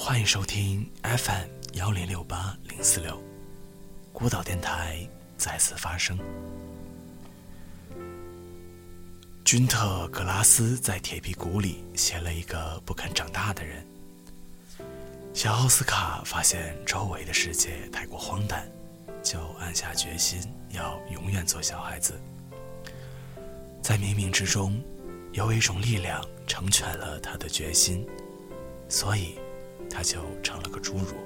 欢迎收听 FM1068-046孤岛电台再次发声。君特·格拉斯在《铁皮鼓》里写了一个不肯长大的人。小奥斯卡发现周围的世界太过荒诞，就暗下决心要永远做小孩子。在冥冥之中，有一种力量成全了他的决心，所以他就成了个侏儒。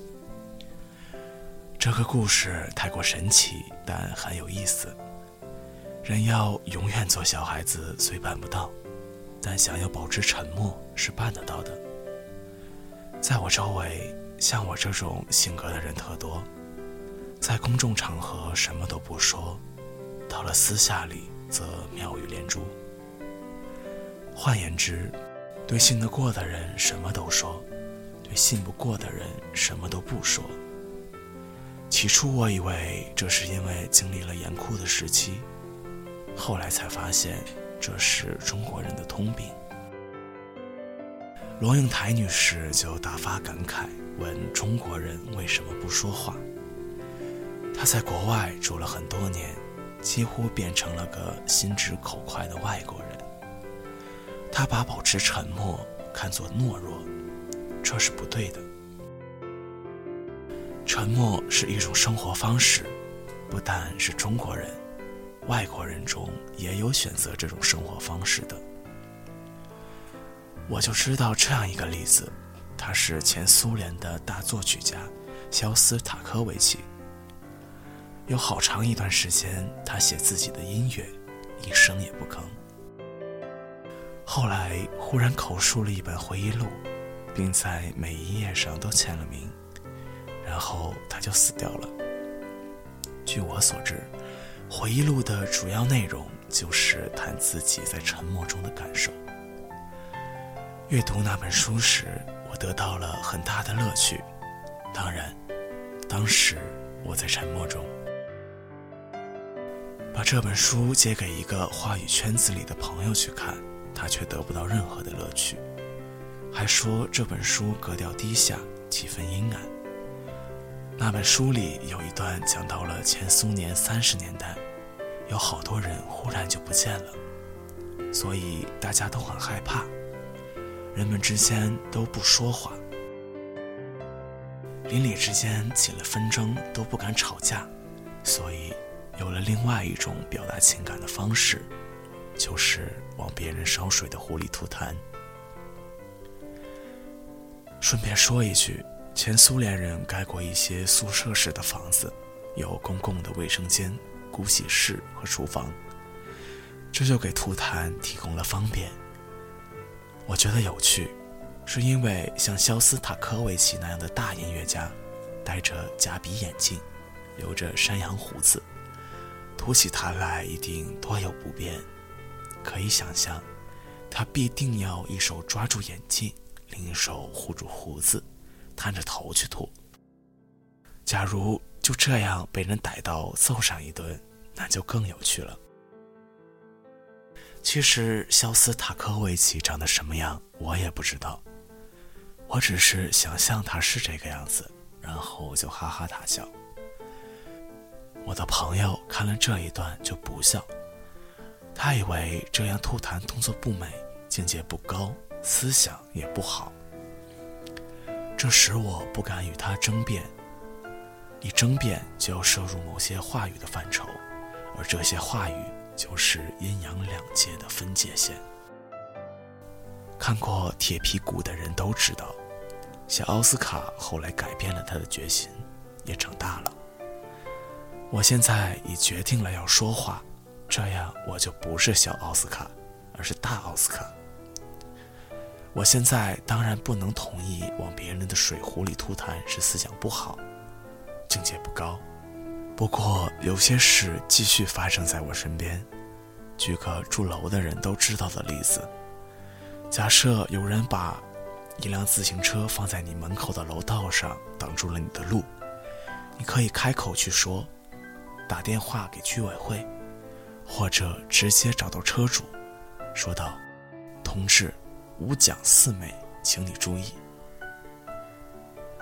这个故事太过神奇，但很有意思。人要永远做小孩子虽办不到，但想要保持沉默是办得到的。在我周围，像我这种性格的人特多，在公众场合什么都不说，到了私下里则妙语连珠。换言之，对信得过的人什么都说，对信不过的人什么都不说。起初我以为这是因为经历了严酷的时期，后来才发现这是中国人的通病。罗应台女士就大发感慨，问中国人为什么不说话。她在国外住了很多年，几乎变成了个心直口快的外国人。她把保持沉默看作懦弱，这是不对的。沉默是一种生活方式，不但是中国人，外国人中也有选择这种生活方式的。我就知道这样一个例子，他是前苏联的大作曲家肖斯塔科维奇。有好长一段时间，他写自己的音乐，一声也不吭。后来忽然口述了一本回忆录，并在每一页上都签了名，然后他就死掉了。据我所知，回忆录的主要内容就是谈自己在沉默中的感受。阅读那本书时，我得到了很大的乐趣。当然，当时我在沉默中。把这本书借给一个话语圈子里的朋友去看，他却得不到任何的乐趣，还说这本书格调低下，气氛阴暗。那本书里有一段讲到了前苏联30年代，有好多人忽然就不见了，所以大家都很害怕，人们之间都不说话，邻里之间起了纷争都不敢吵架，所以有了另外一种表达情感的方式，就是往别人烧水的壶里吐痰。顺便说一句，前苏联人盖过一些宿舍式的房子，有公共的卫生间、盥洗室和厨房，这就给吐痰提供了方便。我觉得有趣，是因为像肖斯塔科维奇那样的大音乐家，戴着假鼻眼镜，留着山羊胡子，吐起痰来一定多有不便。可以想象，他必定要一手抓住眼镜，另一手护住胡子，探着头去吐。假如就这样被人逮到揍上一顿，那就更有趣了。其实肖斯塔科维奇长得什么样我也不知道，我只是想象他是这个样子，然后就哈哈大笑。我的朋友看了这一段就不笑，他以为这样吐痰动作不美，境界不高，思想也不好。这使我不敢与他争辩，一争辩就要涉入某些话语的范畴，而这些话语就是阴阳两界的分界线。看过《铁皮鼓》的人都知道，小奥斯卡后来改变了他的决心，也长大了。我现在已决定了要说话，这样我就不是小奥斯卡，而是大奥斯卡。我现在当然不能同意往别人的水壶里吐痰是思想不好，境界不高。不过有些事继续发生在我身边。举个住楼的人都知道的例子，假设有人把一辆自行车放在你门口的楼道上，挡住了你的路，你可以开口去说，打电话给居委会，或者直接找到车主，说道：同志，5讲4美，请你注意。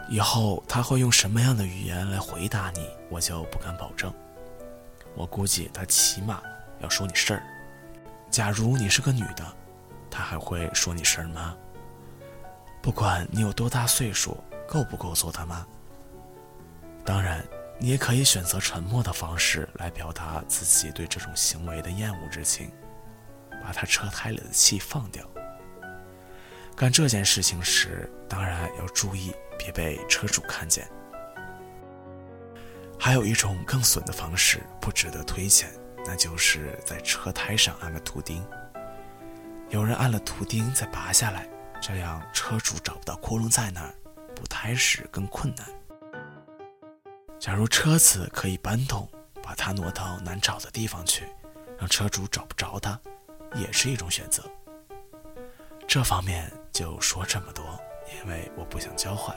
以后他会用什么样的语言来回答你，我就不敢保证。我估计他起码要说你事儿。假如你是个女的，他还会说你事儿吗？不管你有多大岁数，够不够做他妈？当然，你也可以选择沉默的方式来表达自己对这种行为的厌恶之情，把他车胎里的气放掉。干这件事情时，当然要注意别被车主看见。还有一种更损的方式不值得推荐，那就是在车胎上安个图钉。有人按了图钉再拔下来，这样车主找不到窟窿在哪儿，补胎时更困难。假如车子可以搬动，把它挪到难找的地方去，让车主找不着它，也是一种选择。这方面就说这么多，因为我不想教坏。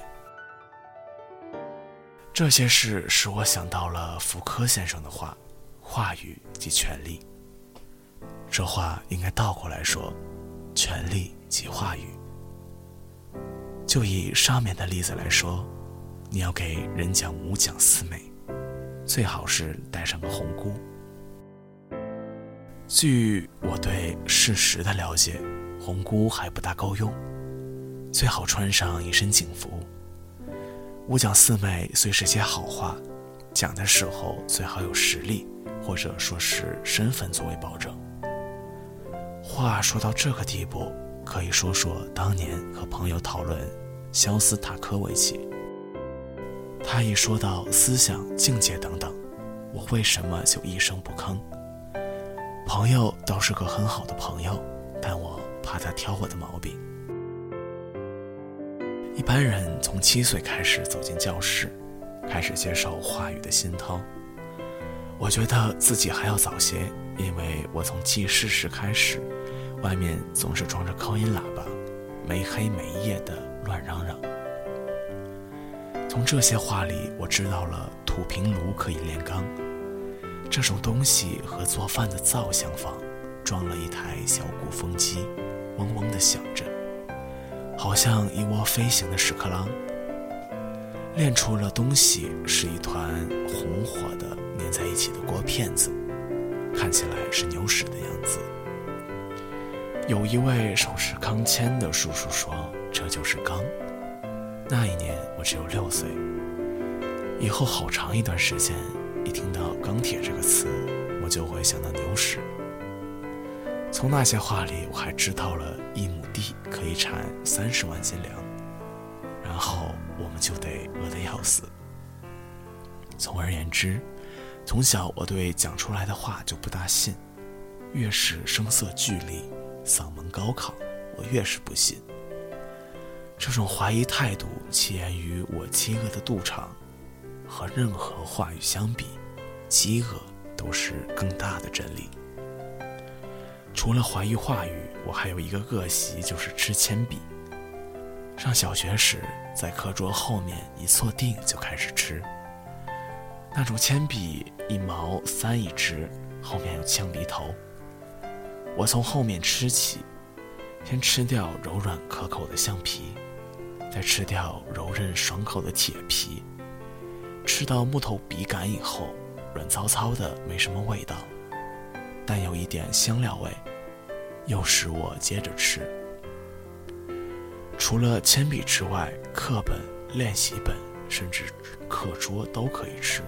这些事使我想到了福柯先生的话，话语即权力。这话应该倒过来说，权力即话语。就以上面的例子来说，你要给人讲五讲四美，最好是带上个红箍。据我对事实的了解，红箍还不大够用，最好穿上一身警服。五讲四美虽是些好话，讲的时候最好有实力，或者说是身份作为保证。话说到这个地步，可以说说当年和朋友讨论肖斯塔科维奇。他一说到思想、境界等等，我为什么就一声不吭？朋友倒是个很好的朋友，但我怕他挑我的毛病。一般人从7岁开始走进教室，开始接受话语的熏陶。我觉得自己还要早些，因为我从记事时开始，外面总是装着高音喇叭，没黑没夜的乱嚷嚷。从这些话里，我知道了土平炉可以炼钢，这种东西和做饭的灶相仿，装了一台小鼓风机，嗡嗡地响着，好像一窝飞行的屎壳郎。炼出了东西是一团红火的粘在一起的锅片子，看起来是牛屎的样子。有一位手持钢钎的叔叔说，这就是钢。那一年我只有6岁，以后好长一段时间，一听到钢铁这个词，我就会想到牛屎。从那些话里，我还知道了1亩地可以产30万斤粮，然后我们就得饿得要死。总而言之，从小我对讲出来的话就不大信，越是声色俱厉、嗓门高亢，我越是不信。这种怀疑态度起源于我饥饿的肚肠，和任何话语相比，饥饿都是更大的真理。除了怀疑话语，我还有一个恶习，就是吃铅笔。上小学时，在课桌后面一坐定就开始吃。那种铅笔1毛3一支，后面有呛鼻头。我从后面吃起，先吃掉柔软可口的橡皮，再吃掉柔韧爽口的铁皮。吃到木头笔杆以后，软糙糙的，没什么味道，但有一点香料味，又使我接着吃。除了铅笔之外，课本、练习本，甚至课桌都可以吃。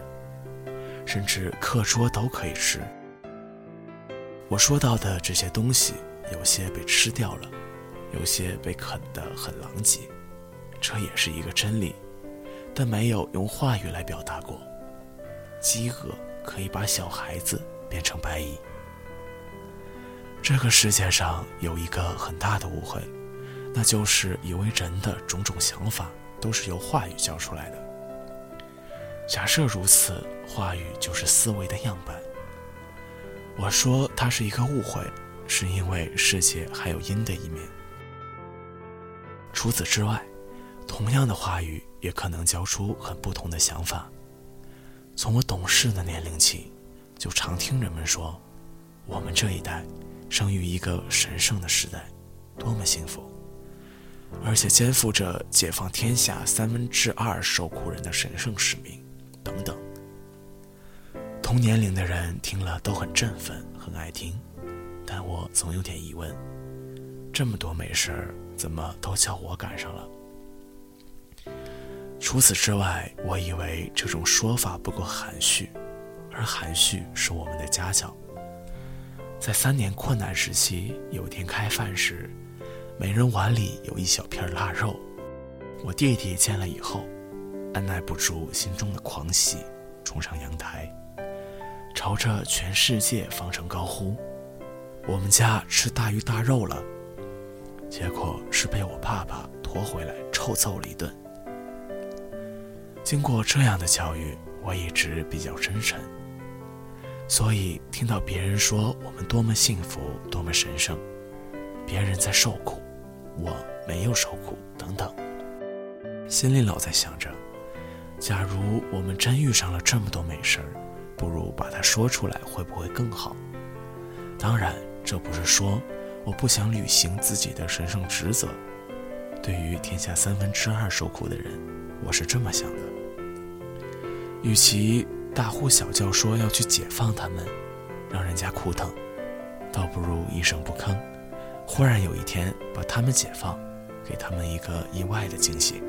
我说到的这些东西，有些被吃掉了，有些被啃得很狼藉，这也是一个真理，但没有用话语来表达过。饥饿可以把小孩子变成白蚁。这个世界上有一个很大的误会，那就是以为人的种种想法都是由话语教出来的。假设如此，话语就是思维的样板。我说它是一个误会，是因为世界还有阴的一面。除此之外，同样的话语也可能教出很不同的想法。从我懂事的年龄起，就常听人们说，我们这一代生于一个神圣的时代，多么幸福。 而且肩负着解放天下2/3受苦人的神圣使命，等等。同年龄的人听了都很振奋，很爱听，但我总有点疑问，这么多美事儿，怎么都叫我赶上了？除此之外，我以为这种说法不够含蓄，而含蓄是我们的家教。在3年困难时期，有天开饭时，每人碗里有一小片腊肉。我弟弟见了以后，按耐不住心中的狂喜，冲上阳台，朝着全世界方声高呼：我们家吃大鱼大肉了！结果是被我爸爸拖回来臭揍了一顿。经过这样的教育，我一直比较真诚，所以听到别人说我们多么幸福，多么神圣，别人在受苦，我没有受苦等等，心里老在想着，假如我们真遇上了这么多美事儿，不如把它说出来，会不会更好？当然，这不是说我不想履行自己的神圣职责。对于天下2/3受苦的人，我是这么想的，与其大呼小叫说要去解放他们，让人家哭疼，倒不如一声不吭，忽然有一天把他们解放，给他们一个意外的惊喜。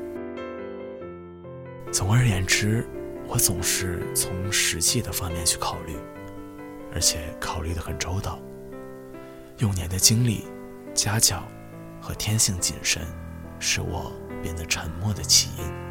总而言之，我总是从实际的方面去考虑，而且考虑得很周到。幼年的经历、家教和天性谨慎，使我变得沉默的起因。